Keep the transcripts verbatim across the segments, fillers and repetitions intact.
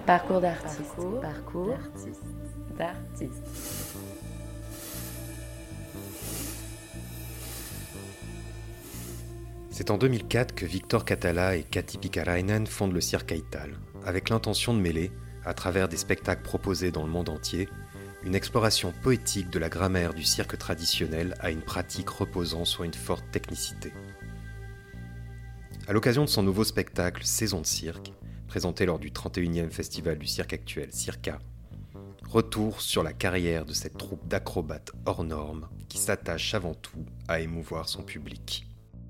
Parcours d'artiste. Parcours, Parcours d'artiste. d'artiste. C'est en deux mille quatre que Victor Catala et Kati Pikkarainen fondent le Cirque Aital, avec l'intention de mêler, à travers des spectacles proposés dans le monde entier, une exploration poétique de la grammaire du cirque traditionnel à une pratique reposant sur une forte technicité. À l'occasion de son nouveau spectacle Saison de cirque, présenté lors du trente et unième Festival du cirque actuel Circa, retour sur la carrière de cette troupe d'acrobates hors normes qui s'attache avant tout à émouvoir son public.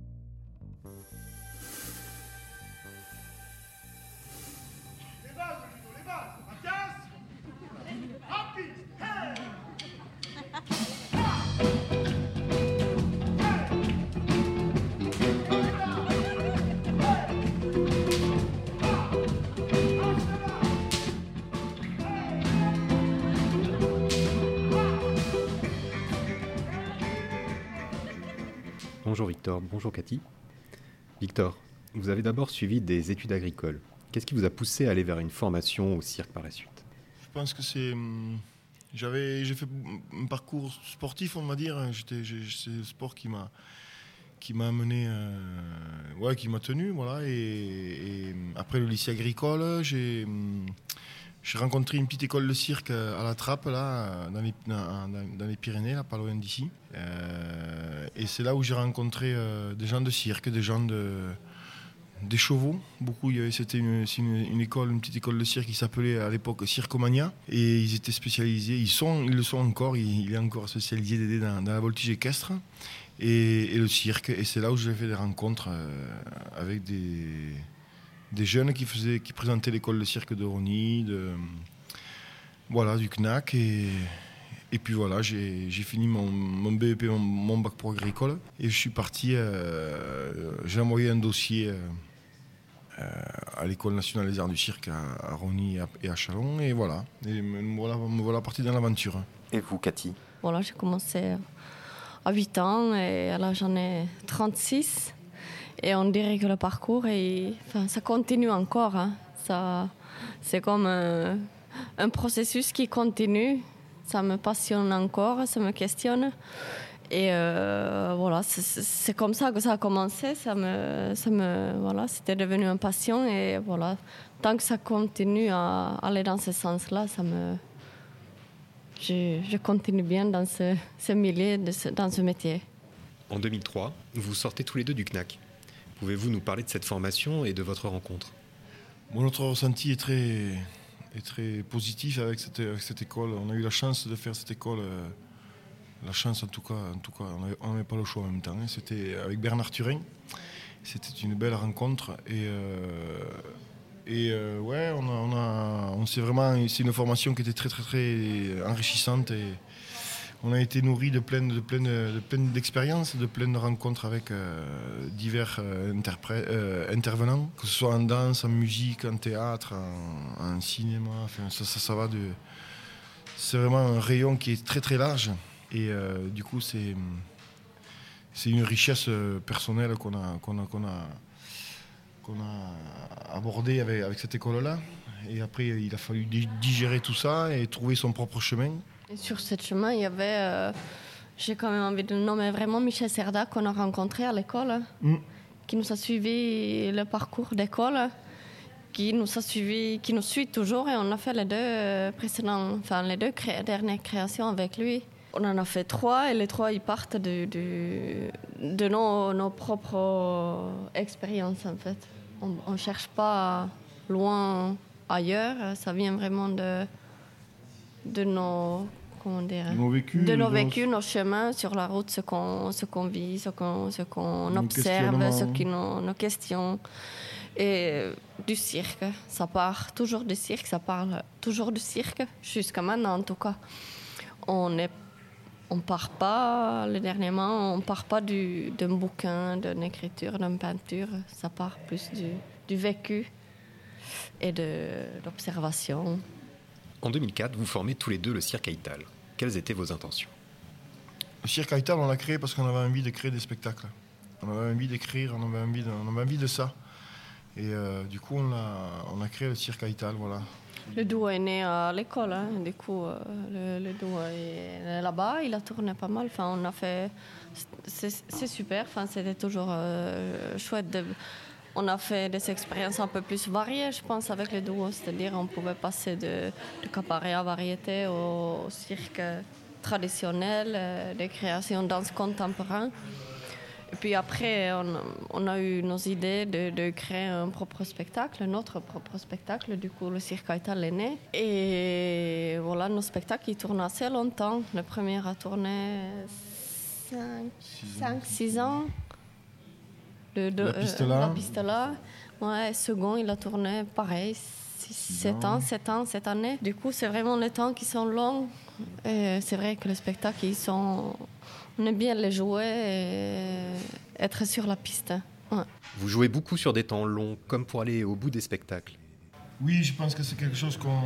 Bonjour Victor, bonjour Kati. Victor, vous avez d'abord suivi des études agricoles. Qu'est-ce qui vous a poussé à aller vers une formation au cirque par la suite ? Je pense que c'est... J'avais, j'ai fait un parcours sportif, on va dire. J'étais, j'ai, c'est le sport qui m'a, qui m'a amené... Euh, ouais, qui m'a tenu, voilà. Et, et après le lycée agricole, j'ai... J'ai rencontré une petite école de cirque à la Trappe, là, dans les, dans, dans les Pyrénées, là, pas loin d'ici. Euh, et c'est là où j'ai rencontré euh, des gens de cirque, des gens de, des chevaux. Beaucoup, il y avait, c'était une, une, une école, une petite école de cirque qui s'appelait à l'époque Circomania. Et ils étaient spécialisés, ils sont, ils le sont encore, il, il est encore spécialisé d'aider dans, dans la voltige équestre et, et le cirque. Et c'est là où j'ai fait des rencontres euh, avec des... des jeunes qui, faisaient, qui présentaient l'école de cirque de Rony, de, voilà, du C N A C. Et, et puis voilà, j'ai, j'ai fini mon, mon B E P, mon, mon bac pro agricole. Et je suis parti, euh, j'ai envoyé un dossier euh, à l'École nationale des arts du cirque à, à Rony et à Châlons. Et voilà, et me voilà, me voilà parti dans l'aventure. Et vous, Kati ? Voilà, j'ai commencé à huit ans et là j'en ai trente-six. Et on dirait que le parcours, est, enfin, ça continue encore. Hein. Ça, c'est comme un, un processus qui continue. Ça me passionne encore, ça me questionne. Et euh, voilà, c'est, c'est comme ça que ça a commencé. Ça me, ça me, voilà, c'était devenu une passion. Et voilà, tant que ça continue à aller dans ce sens-là, ça me, je, je continue bien dans ce, ce milieu, de ce, dans ce métier. En deux mille trois, vous sortez tous les deux du C N A C. Pouvez-vous nous parler de cette formation et de votre rencontre ? Bon, notre ressenti est très, est très positif avec cette, avec cette école. On a eu la chance de faire cette école, euh, la chance en tout cas, en tout cas on n'avait pas le choix en même temps. Hein. C'était avec Bernard Turin. C'était une belle rencontre. Et, euh, et euh, ouais, on a, on a, on s'est vraiment, c'est une formation qui était très, très, très enrichissante. Et, on a été nourris de plein de, plein de, de plein d'expériences, de plein de rencontres avec euh, divers euh, interprètes, euh, intervenants, que ce soit en danse, en musique, en théâtre, en, en cinéma. Enfin, ça, ça, ça va de. C'est vraiment un rayon qui est très très large. Et euh, du coup, c'est, c'est une richesse personnelle qu'on a, qu'on a, qu'on a, qu'on a abordée avec, avec cette école-là. Et après, il a fallu digérer tout ça et trouver son propre chemin. Et sur ce chemin, il y avait, euh, j'ai quand même envie de nommer vraiment Michel Cerda qu'on a rencontré à l'école, mm. qui nous a suivi le parcours d'école, qui nous a suivi, qui nous suit toujours, et on a fait les deux précédents, enfin les deux cré- dernières créations avec lui. On en a fait trois et les trois ils partent de, de, de nos, nos propres expériences en fait. On ne cherche pas loin ailleurs, ça vient vraiment de, de nos comment dire, de nos vécus, de nos, vécus, nos chemins sur la route, ce qu'on, ce qu'on vit, ce qu'on, ce qu'on nos observe, ce qui nos, nos questions. Et du cirque, ça part toujours du cirque, ça parle toujours du cirque, jusqu'à maintenant en tout cas. On est, on part pas, le dernièrement, on part pas du, d'un bouquin, d'une écriture, d'une peinture, ça part plus du, du vécu et de l'observation. En deux mille quatre, vous formez tous les deux le Cirque Aital. Quelles étaient vos intentions ? Le Cirque Aital, on l'a créé parce qu'on avait envie de créer des spectacles. On avait envie d'écrire, on avait envie de, on avait envie de ça. Et euh, du coup, on a, on a créé le cirque Haïtal, voilà. Le duo est né à l'école, hein. Du coup, euh, le, le duo est là-bas, il a tourné pas mal. Enfin, on a fait, c'est, c'est super. Enfin, c'était toujours euh, chouette. De, on a fait des expériences un peu plus variées, je pense, avec le duo. C'est-à-dire, on pouvait passer de, de cabaret à variété au, au cirque traditionnel, euh, des créations de danse contemporaine. Et puis après, on, on a eu nos idées de, de créer un propre spectacle, notre propre spectacle. Du coup, le cirque Haïtal est né. Et voilà, nos spectacles, ils tournent assez longtemps. Le premier a tourné cinq six ans. Le, de, la piste là. Euh, la piste là. Ouais, second, il a tourné pareil, sept ans, sept ans cette année. Du coup, c'est vraiment les temps qui sont longs. Et c'est vrai que les spectacles, ils sont... On aime bien les jouer et être sur la piste. Ouais. Vous jouez beaucoup sur des temps longs, comme pour aller au bout des spectacles. Oui, je pense que c'est quelque chose qu'on...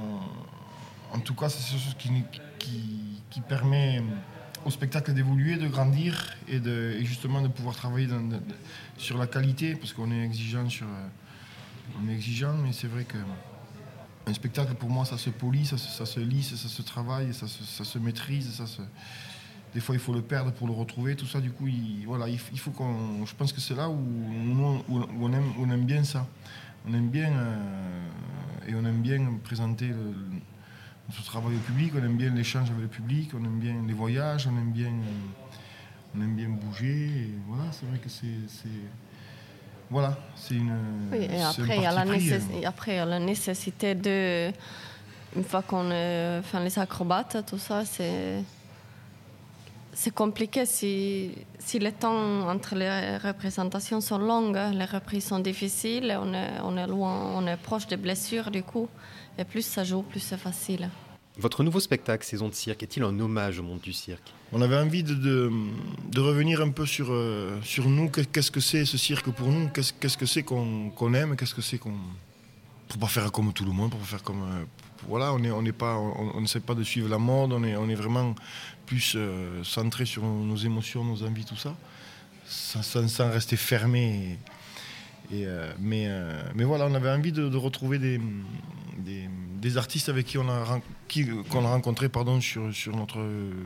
En tout cas, c'est quelque chose qui, qui, qui permet au spectacle d'évoluer, de grandir et, de, et justement de pouvoir travailler dans, de, sur la qualité, parce qu'on est exigeant sur... On est exigeant, mais c'est vrai que un spectacle, pour moi, ça se polit, ça, ça se lisse, ça se travaille, ça se, ça se maîtrise, ça se... Des fois, il faut le perdre pour le retrouver. Tout ça, du coup, il, voilà, il, il faut qu'on... Je pense que c'est là où, où, où on, aime, on aime bien ça. On aime bien... Euh, et on aime bien présenter le, notre travail au public. On aime bien l'échange avec le public. On aime bien les voyages. On aime bien, euh, on aime bien bouger. Et voilà, c'est vrai que c'est... c'est voilà, c'est une... Oui, et après, il y a la nécess- après, il y a la nécessité de... Une fois qu'on est... Enfin, les acrobates, tout ça, c'est... C'est compliqué si, si les temps entre les représentations sont longues, les reprises sont difficiles, on est, on est loin, on est proche des blessures du coup, et plus ça joue, plus c'est facile. Votre nouveau spectacle, Saison de cirque, est-il un hommage au monde du cirque ? On avait envie de, de, de revenir un peu sur, euh, sur nous, qu'est-ce que c'est ce cirque pour nous, qu'est-ce, qu'est-ce que c'est qu'on, qu'on aime, qu'est-ce que c'est qu'on... Pour pas faire comme tout le monde, pour pas faire comme... Euh, voilà, on est, on est pas, on, on ne sait pas de suivre la mode, on est, on est vraiment plus euh, centré sur nos émotions, nos envies, tout ça, sans, sans rester fermé. Et, et, euh, mais, euh, mais voilà, on avait envie de, de retrouver des, des, des artistes avec qui on a, qui, qu'on a rencontrés pardon, sur, sur notre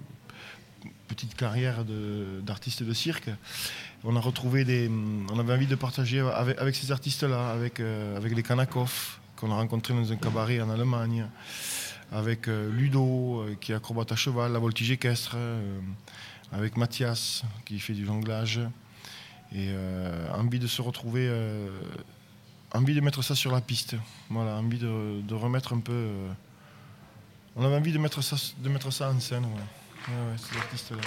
petite carrière de, d'artiste de cirque. On a retrouvé des, on avait envie de partager avec, avec ces artistes-là, avec, euh, avec les Kanakov, qu'on a rencontrés dans un cabaret en Allemagne, avec euh, Ludo, euh, qui est acrobate à cheval, la voltige équestre, euh, avec Mathias, qui fait du jonglage. Et euh, envie de se retrouver, euh, envie de mettre ça sur la piste. Voilà, envie de, de remettre un peu... Euh, on avait envie de mettre ça, de mettre ça en scène, ouais. Ouais, ouais, ces artistes-là.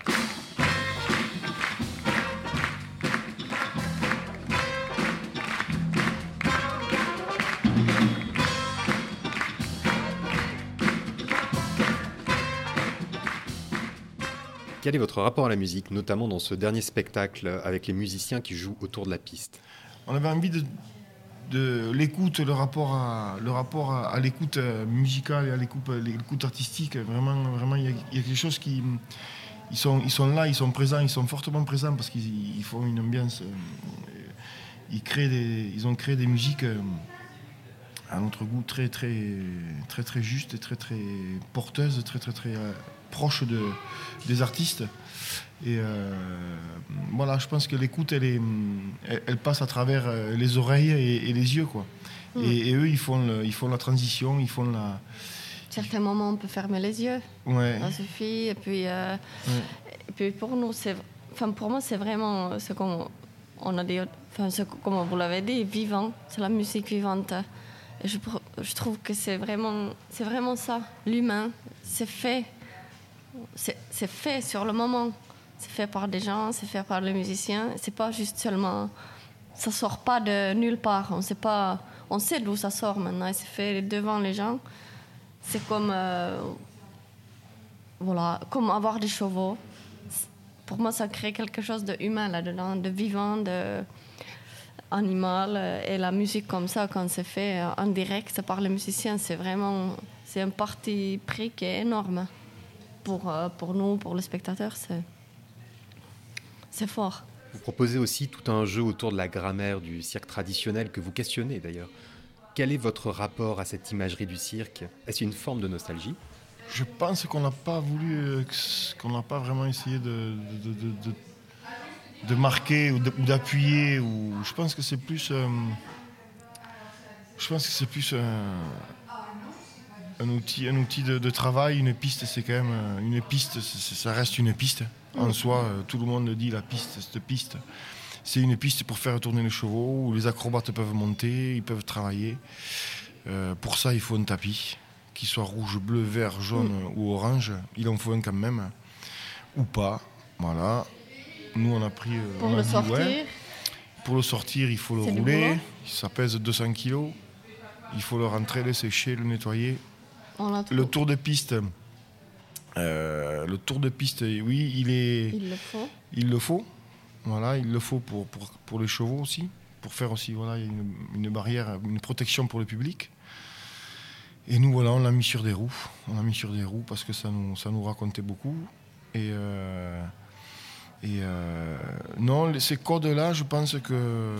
Quel est votre rapport à la musique, notamment dans ce dernier spectacle avec les musiciens qui jouent autour de la piste ? On avait envie de, de l'écoute, le rapport à, le rapport à, à l'écoute musicale et à l'écoute, l'écoute artistique. Vraiment, vraiment, il y a, il y a quelque chose qui... Ils sont, ils sont là, ils sont présents, ils sont fortement présents parce qu'ils ils font une ambiance. Ils, créent des, ils ont créé des musiques à notre goût très, très, très, très justes et très, très porteuses, très, très, très... proche de, des artistes. Et euh, voilà, je pense que l'écoute, elle, est, elle, elle passe à travers les oreilles et, et les yeux, quoi. Mmh. Et, et eux, ils font, le, ils font la transition, ils font la... Certains moments, on peut fermer les yeux. Ouais. Ça suffit. Et puis, euh, ouais. et puis pour nous, c'est, enfin, pour moi, c'est vraiment ce qu'on on a dit, enfin, ce, comme vous l'avez dit, vivant. C'est la musique vivante. Et je, je trouve que c'est vraiment, c'est vraiment ça, l'humain. C'est fait. C'est, c'est fait sur le moment. C'est fait par des gens, c'est fait par les musiciens. C'est pas juste seulement... Ça sort pas de nulle part. On sait pas... On sait d'où ça sort maintenant. Et c'est fait devant les gens. C'est comme... Euh, voilà, comme avoir des chevaux. Pour moi, ça crée quelque chose de humain là-dedans, de vivant, de animal. Et la musique comme ça, quand c'est fait en direct par les musiciens, c'est vraiment... C'est un parti pris qui est énorme. Pour, euh, pour nous, pour les spectateurs, c'est, c'est fort. Vous proposez aussi tout un jeu autour de la grammaire du cirque traditionnel que vous questionnez d'ailleurs. Quel est votre rapport à cette imagerie du cirque ? Est-ce une forme de nostalgie ? Je pense qu'on n'a pas voulu, euh, qu'on n'a pas vraiment essayé de, de, de, de, de marquer ou, de, ou d'appuyer. Ou, je pense que c'est plus, euh, je pense que c'est plus euh, un outil, un outil de, de travail. Une piste, c'est quand même une piste. C'est, ça reste une piste en soi. Tout le monde dit la piste, cette piste. C'est une piste pour faire tourner les chevaux où les acrobates peuvent monter, ils peuvent travailler. Euh, pour ça, il faut un tapis. Qu'il soit rouge, bleu, vert, jaune mmh. ou orange, il en faut un quand même, ou pas, voilà. Nous on a pris... Euh, pour on le a dit, sortir ouais. Pour le sortir, il faut le C'est rouler, ça pèse deux cents kilos, il faut le rentrer, le sécher, le nettoyer. Le tour de piste, euh, le tour de piste, oui, il est... Il le faut. Il le faut, voilà, il le faut pour, pour, pour les chevaux aussi, pour faire aussi, voilà, il y a une, une barrière, une protection pour le public. Et nous, voilà, on l'a mis sur des roues. On l'a mis sur des roues parce que ça nous, ça nous racontait beaucoup. Et, euh, et euh, non, ces codes-là, je pense que...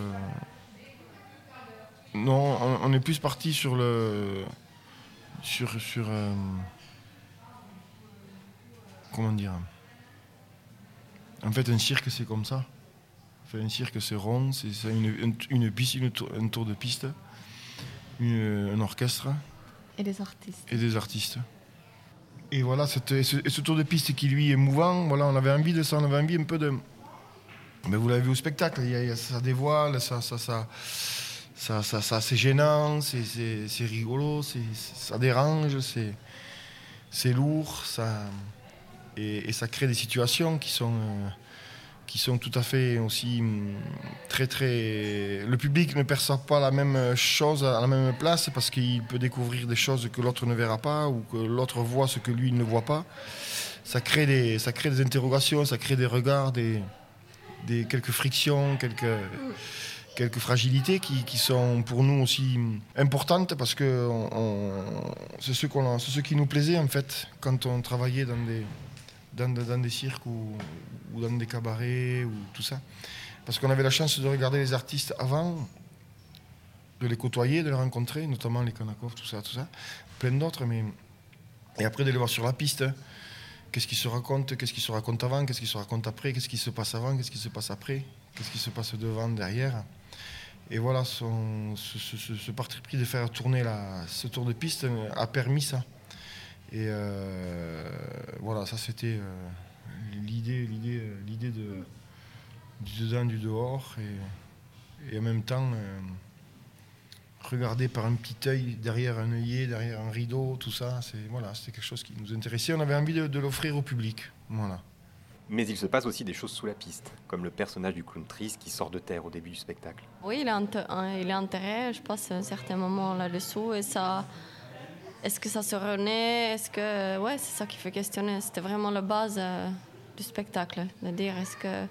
Non, on, on est plus parti sur le... Sur... sur euh, comment dire ? En fait, un cirque, c'est comme ça. Enfin, un cirque, c'est rond, c'est, c'est une, une, une piste, une tour, un tour de piste, une, un orchestre... Et des artistes. Et des artistes. Et voilà, cette, et, ce, et ce tour de piste qui lui est mouvant, voilà, on avait envie de ça, on avait envie un peu de... Mais vous l'avez vu au spectacle, il y a, il y a, ça dévoile, ça, ça, ça, ça, ça, ça c'est gênant, c'est, c'est, c'est rigolo, c'est, ça dérange, c'est, c'est lourd, ça, et, et ça crée des situations qui sont... Euh, qui sont tout à fait aussi très très... Le public ne perçoit pas la même chose à la même place parce qu'il peut découvrir des choses que l'autre ne verra pas ou que l'autre voit ce que lui ne voit pas. Ça crée des, ça crée des interrogations, ça crée des regards, des, des, quelques frictions, quelques, quelques fragilités qui, qui sont pour nous aussi importantes parce que on, on, c'est, ce qu'on a, c'est ce qui nous plaisait en fait quand on travaillait dans des... Dans, dans des cirques ou, ou dans des cabarets ou tout ça. Parce qu'on avait la chance de regarder les artistes avant, de les côtoyer, de les rencontrer, notamment les Konakov, tout ça, tout ça, plein d'autres, mais... Et après de les voir sur la piste, qu'est-ce qui se raconte, qu'est-ce qui se raconte avant, qu'est-ce qui se raconte après, qu'est-ce qui se passe avant, qu'est-ce qui se passe après, qu'est-ce qui se passe devant, derrière. Et voilà, son, ce, ce, ce parti pris de faire tourner la, ce tour de piste a permis ça. Et euh, voilà, ça c'était euh, l'idée, l'idée, l'idée de, du dedans, du dehors, et, et en même temps euh, regarder par un petit œil, derrière un œillet, derrière un rideau, tout ça, c'est, voilà, c'était quelque chose qui nous intéressait. On avait envie de, de l'offrir au public. Voilà. Mais il se passe aussi des choses sous la piste, comme le personnage du clown triste qui sort de terre au début du spectacle. Oui, il est, il est enterré, je passe à un certain moment là-dessous, et ça... Est-ce que ça se renaît ? Est-ce que... Ouais, c'est ça qui fait questionner. C'était vraiment la base euh, du spectacle. De dire, est-ce que...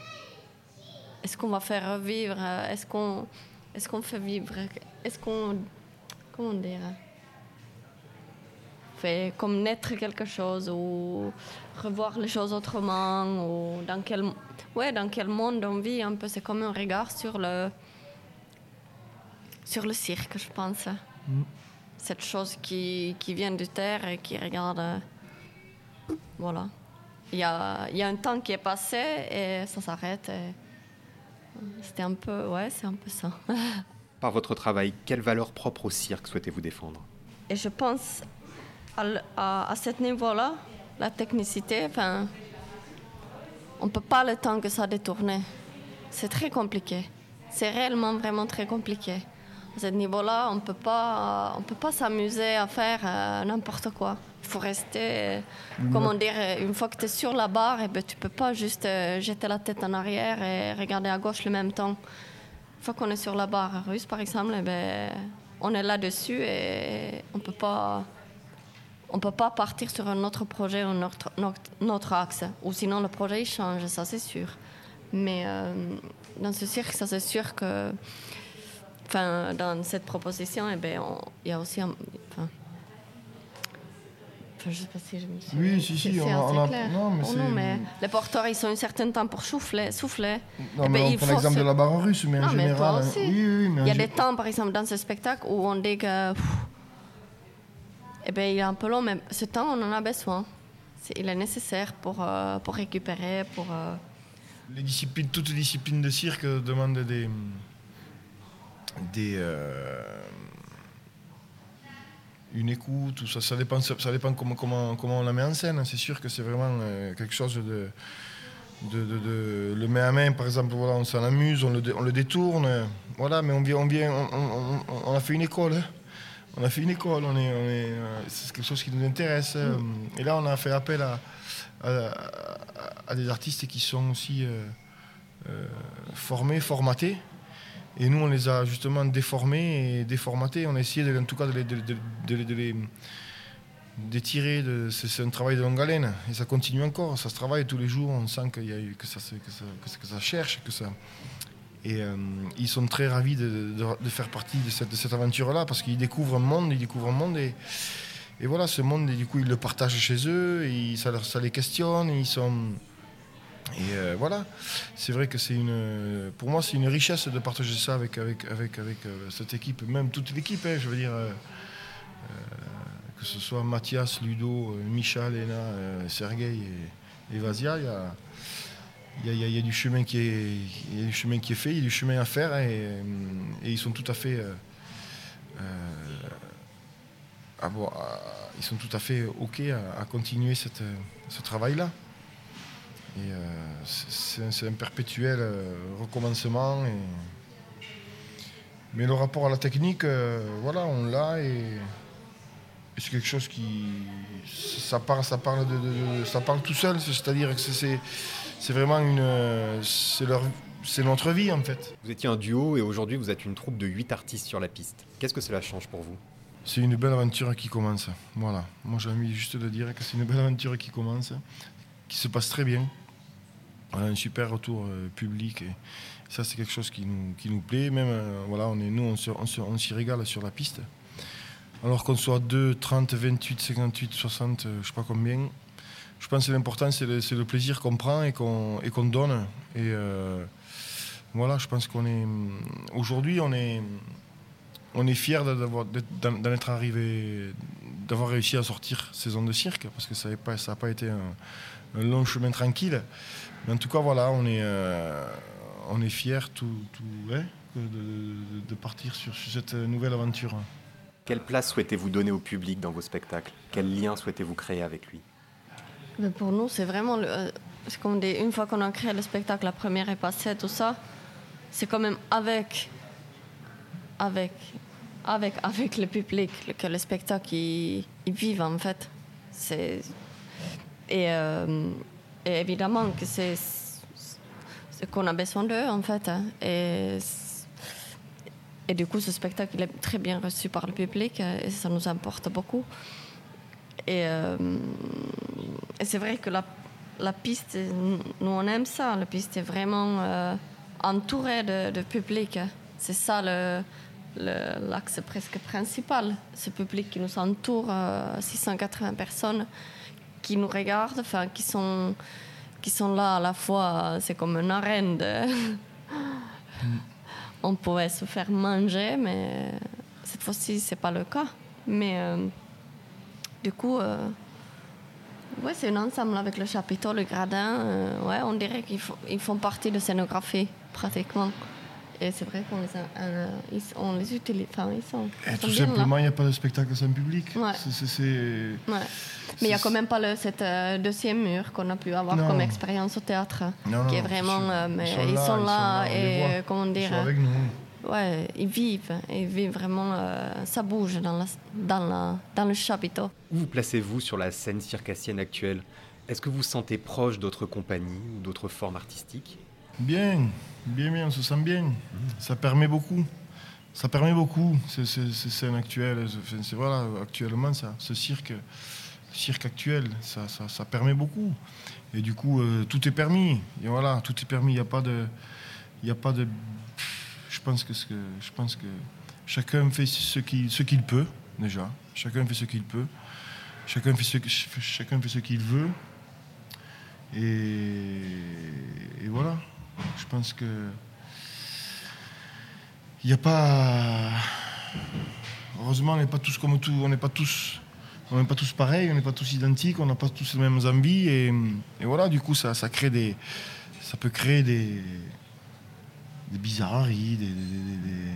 Est-ce qu'on va faire revivre ? Est-ce qu'on... Est-ce qu'on fait vivre ? Est-ce qu'on... Comment dire ? Fait comme naître quelque chose ou revoir les choses autrement ou dans quel... Ouais, dans quel monde on vit un peu. C'est comme un regard sur le... Sur le cirque, je pense. Mm. Cette chose qui, qui vient de terre et qui regarde... Euh, voilà. Il y a, il y a un temps qui est passé et ça s'arrête. Et c'était un peu... Ouais, c'est un peu ça. Par votre travail, quelle valeur propre au cirque souhaitez-vous défendre ? Et je pense, à, à, à ce niveau-là, la technicité, enfin... On ne peut pas le temps que ça détourne. C'est très compliqué. C'est réellement vraiment très compliqué. À ce niveau-là, on ne peut pas, on peut pas s'amuser à faire euh, n'importe quoi. Il faut rester, euh, mmh. comment dire, une fois que tu es sur la barre, eh ben, tu ne peux pas juste euh, jeter la tête en arrière et regarder à gauche le même temps. Une fois qu'on est sur la barre russe, par exemple, eh ben, on est là-dessus et on peut pas, on peut pas partir sur un autre projet ou notre, notre, notre axe. Ou sinon, le projet il change, ça c'est sûr. Mais euh, dans ce cirque, ça c'est sûr que... Enfin, dans cette proposition, eh ben, il y a aussi un, enfin, Enfin, je sais pas si je me suis... Oui, si, si, c'est, on c'est a... assez On a... clair. Non, mais Pour c'est... nous, mais les porteurs, ils ont un certain temps pour souffler. souffler. Non, Eh mais ben, on il prend faut l'exemple se- de la barre russe, mais Non, en mais général... toi hein. aussi. Oui, oui, oui, mais Il y a en des gé- temps, par exemple, dans ce spectacle où on dit que... pff, eh ben, il est un peu long, mais ce temps, on en a besoin. C'est- il est nécessaire pour, euh, pour récupérer, pour... euh, Les disciplines, toutes les disciplines de cirque demandent des... des euh, une écoute, tout ça, ça dépend, ça, ça dépend comment, comment, comment on la met en scène. C'est sûr que c'est vraiment euh, quelque chose de, de, de, de- le met à main, par exemple, voilà, on s'en amuse, on le, dé- on le détourne, euh, voilà, mais on vient, on, vient on, on, on- on a fait une école, hein. On a fait une école, on est, on est, euh, c'est quelque chose qui nous intéresse. euh, Et là, on a fait appel à, à, à- à des artistes qui sont aussi euh, euh, formés, formatés. Et nous, on les a justement déformés et déformatés. On a essayé, de, en tout cas, de les, de, de- de- de les d'étirer. De, c'est, c'est un travail de longue haleine. Et ça continue encore. Ça se travaille tous les jours. On sent qu'il y a eu, que, ça, se- que, ça, que, ça, que ça cherche. Que ça... Et euh, ils sont très ravis de, de, de faire partie de cette, de cette aventure-là parce qu'ils découvrent un monde. Ils découvrent un monde. Et, et voilà, ce monde, et du coup, ils le partagent chez eux. Et ça, leur, ça les questionne. Et ils sont... Et euh, voilà, c'est vrai que c'est une, pour moi, c'est une richesse de partager ça avec, avec, avec, avec euh, cette équipe, même toute l'équipe, hein, je veux dire, euh, euh, que ce soit Mathias, Ludo, euh, Micha, Lena, euh, Sergueï et, et Vasia, il y a, il y, a, il y a- il y a du chemin qui est, il y a du chemin qui est fait, il y a du chemin à faire, hein, et, et ils sont tout à fait, euh, euh, à vo- à- ils sont tout à fait ok à, à continuer cette, ce travail-là. Et euh, c'est, c'est un, c'est un perpétuel euh, recommencement. Et... Mais le rapport à la technique, euh, voilà, on l'a et, et c'est quelque chose qui. Ça parle, ça parle, de, de- de- ça parle tout seul, c'est-à-dire que c'est, c'est, c'est vraiment une. euh, C'est, leur, c'est notre vie en fait. Vous étiez un duo et aujourd'hui vous êtes une troupe de huit artistes sur la piste. Qu'est-ce que cela change pour vous ? C'est une belle aventure qui commence. Voilà. Moi j'ai envie juste de dire que c'est une belle aventure qui commence, qui se passe très bien. On a un super retour euh, public et ça c'est quelque chose qui nous, qui nous plaît. Même euh, voilà, on est, nous on, se- on se- on s'y régale sur la piste. Alors qu'on soit deux, trente, vingt-huit, cinquante-huit, soixante, euh, je sais pas combien. Je pense que l'important c'est le, c'est le plaisir qu'on prend et qu'on, et qu'on donne. Et euh, voilà, je pense qu'on est aujourd'hui on est on est fiers d'avoir, d'en, d'en être arrivé, d'avoir réussi à sortir Saison de cirque parce que ça n'a pas, ça a pas été un, un long chemin tranquille. Mais en tout cas, voilà, on est, euh, on est fiers tout, tout, ouais, de, de- de partir sur, sur cette nouvelle aventure. Quelle place souhaitez-vous donner au public dans vos spectacles ? Quel lien souhaitez-vous créer avec lui ? Mais pour nous, c'est vraiment... Le, euh, c'est comme des, une fois qu'on a créé le spectacle, la première est passée, tout ça, c'est quand même avec... Avec... Avec, avec le public que le spectacle, il, il vive, en fait. C'est... Et, euh, et évidemment que c'est ce qu'on a besoin d'eux, en fait. Hein. Et, et du coup, ce spectacle, il est très bien reçu par le public et ça nous importe beaucoup. Et, euh, et c'est vrai que la, la piste, nous, on aime ça. La piste est vraiment euh, entourée de, de public. C'est ça le, le, l'axe presque principal. Ce public qui nous entoure, euh, six cent quatre-vingts personnes qui nous regardent, enfin, qui sont, qui sont là à la fois, c'est comme une arène. De... On pouvait se faire manger, mais cette fois-ci, c'est pas le cas. Mais euh, du coup, euh, ouais, c'est un ensemble avec le chapiteau, le gradin. Euh, ouais, on dirait qu'ils font, ils font partie de scénographie, pratiquement. Et c'est vrai qu'on les, a, euh, ils, on les utilise. Enfin, ils sont. Et ils sont tout bien simplement, là. il n'y a pas de spectacle sans public. Ouais. C'est, c'est, c'est... Ouais. Mais il n'y a quand même pas le, cette euh, deuxième mur qu'on a pu avoir Non. comme expérience au théâtre, Non, qui non, est vraiment. c'est sûr. Euh, mais Ils sont ils là, sont ils sont là, là, on les et voit. euh, comment Ils dire. sont avec nous. Ouais, ils vivent, ils vivent vraiment. Euh, ça bouge dans, la, dans, la, dans le chapiteau. Où vous placez-vous sur la scène circassienne actuelle ? Est-ce que vous vous sentez proche d'autres compagnies ou d'autres formes artistiques ? Bien, bien, bien, on se sent bien. Mmh. Ça permet beaucoup. Ça permet beaucoup, ces, ces, ces scènes actuelles. C'est, c'est, voilà, actuellement, ça, ce cirque, cirque actuel, ça, ça, ça permet beaucoup. Et du coup, euh, tout est permis. Et voilà, tout est permis. Il n'y a pas de... Il n'y a pas de... Je pense que, ce que, je pense que chacun fait ce qu'il, ce qu'il peut, déjà. Chacun fait ce qu'il peut. chacun fait ce, chacun fait ce qu'il veut. Et, et voilà. Je pense que il n'y a pas. Heureusement, on n'est pas tous comme tout. On n'est pas tous. On n'est pas tous pareils. On n'est pas tous identiques. On n'a pas tous les mêmes envies. Et, et voilà. Du coup, ça, ça crée des. Ça peut créer des. Des bizarreries. Des. des, des, des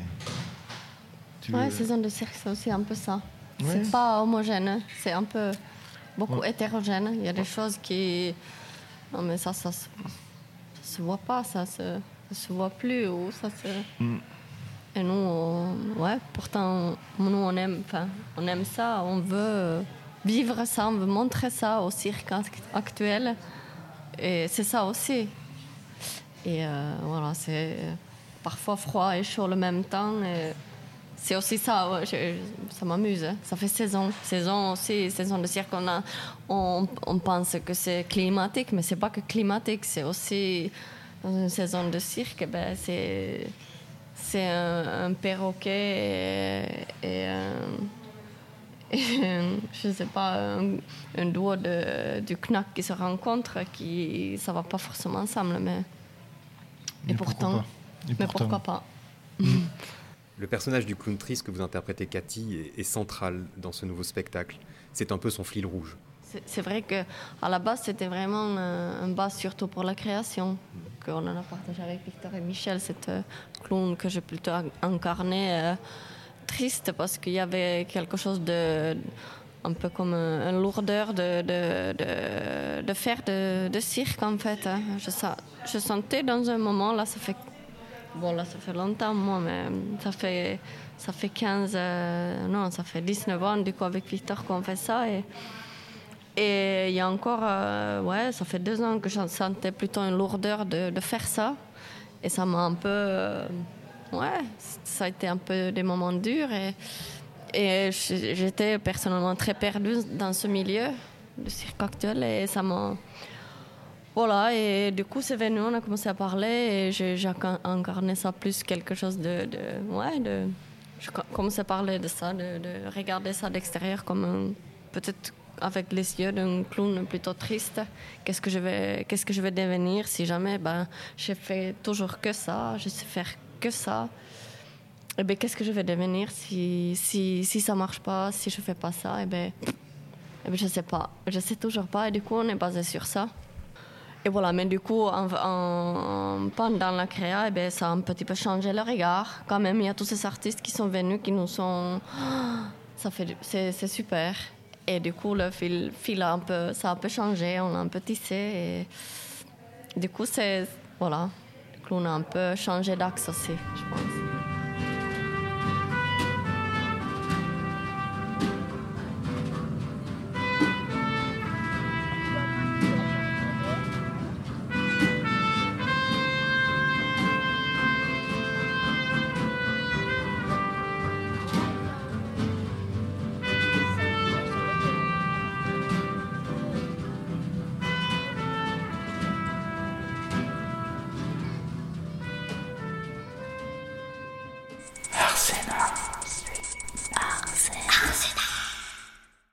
tu ouais, veux... saison de cirque, c'est aussi un peu ça. Ouais. C'est pas homogène. C'est un peu beaucoup Ouais. hétérogène. Il y a des choses qui. Non, mais ça, ça, ça, ça se voit pas. Ça se, ça se voit plus. Ou ça se. Mm. Et nous, on, ouais, pourtant, nous, on aime, enfin, on aime ça, on veut vivre ça, on veut montrer ça au cirque actuel. Et c'est ça aussi. Et euh, voilà, c'est parfois froid et chaud en même temps. Et c'est aussi ça, ouais, je, ça m'amuse. Hein. Ça fait saison. Saison aussi, saison de cirque, on, a, on, on pense que c'est climatique, mais c'est pas que climatique, c'est aussi, dans une saison de cirque, ben, c'est... C'est un, un perroquet et, et, un, et un, je sais pas, un, un duo de, du knack qui se rencontrent, qui ça va pas forcément ensemble, mais, mais et pourtant, pourquoi pas. Et mais pourtant. pourquoi pas. Le personnage du clown triste que vous interprétez, Cathy, est, est central dans ce nouveau spectacle. C'est un peu son fil rouge. C'est, c'est vrai qu'à la base, c'était vraiment un, un base surtout pour la création, qu'on en a partagé avec Victor et Michel, cette euh, clown que j'ai plutôt incarné, euh, triste, parce qu'il y avait quelque chose de... un peu comme un, un lourdeur de, de, de, de faire de, de cirque, en fait. Hein. Je, je sentais dans un moment, là, ça fait... Bon, là, ça fait longtemps, moi, mais ça fait, ça fait quinze... Euh, non, ça fait dix-neuf ans, du coup, avec Victor, qu'on fait ça, et... Et il y a encore, euh, ouais, ça fait deux ans que je sentais plutôt une lourdeur de, de faire ça. Et ça m'a un peu, euh, ouais, ça a été un peu des moments durs. Et, et j'étais personnellement très perdue dans ce milieu du cirque actuel. Et ça m'a, voilà, et du coup c'est venu, on a commencé à parler et j'ai, j'ai incarné ça plus quelque chose de, de ouais, de, je commençais à parler de ça, de, de regarder ça d'extérieur comme un, peut-être avec les yeux d'un clown plutôt triste. Qu'est-ce que je vais, qu'est-ce que je vais devenir si jamais ben, je fais toujours que ça, je sais faire que ça. Et ben, qu'est-ce que je vais devenir si, si, si ça ne marche pas, si je ne fais pas ça? Et ben, et ben, je ne sais pas. Je ne sais toujours pas. Et du coup, on est basé sur ça. Et voilà, mais du coup, en, en, pendant la créa, et ben, ça a un petit peu changé le regard. Quand même, il y a tous ces artistes qui sont venus, qui nous sont... Ça fait, c'est, c'est super. Et du coup, le fil, fil a un peu, ça a un peu changé, on a un peu tissé. Et du coup, c'est, voilà, le clown a un peu changé d'axe aussi, je pense.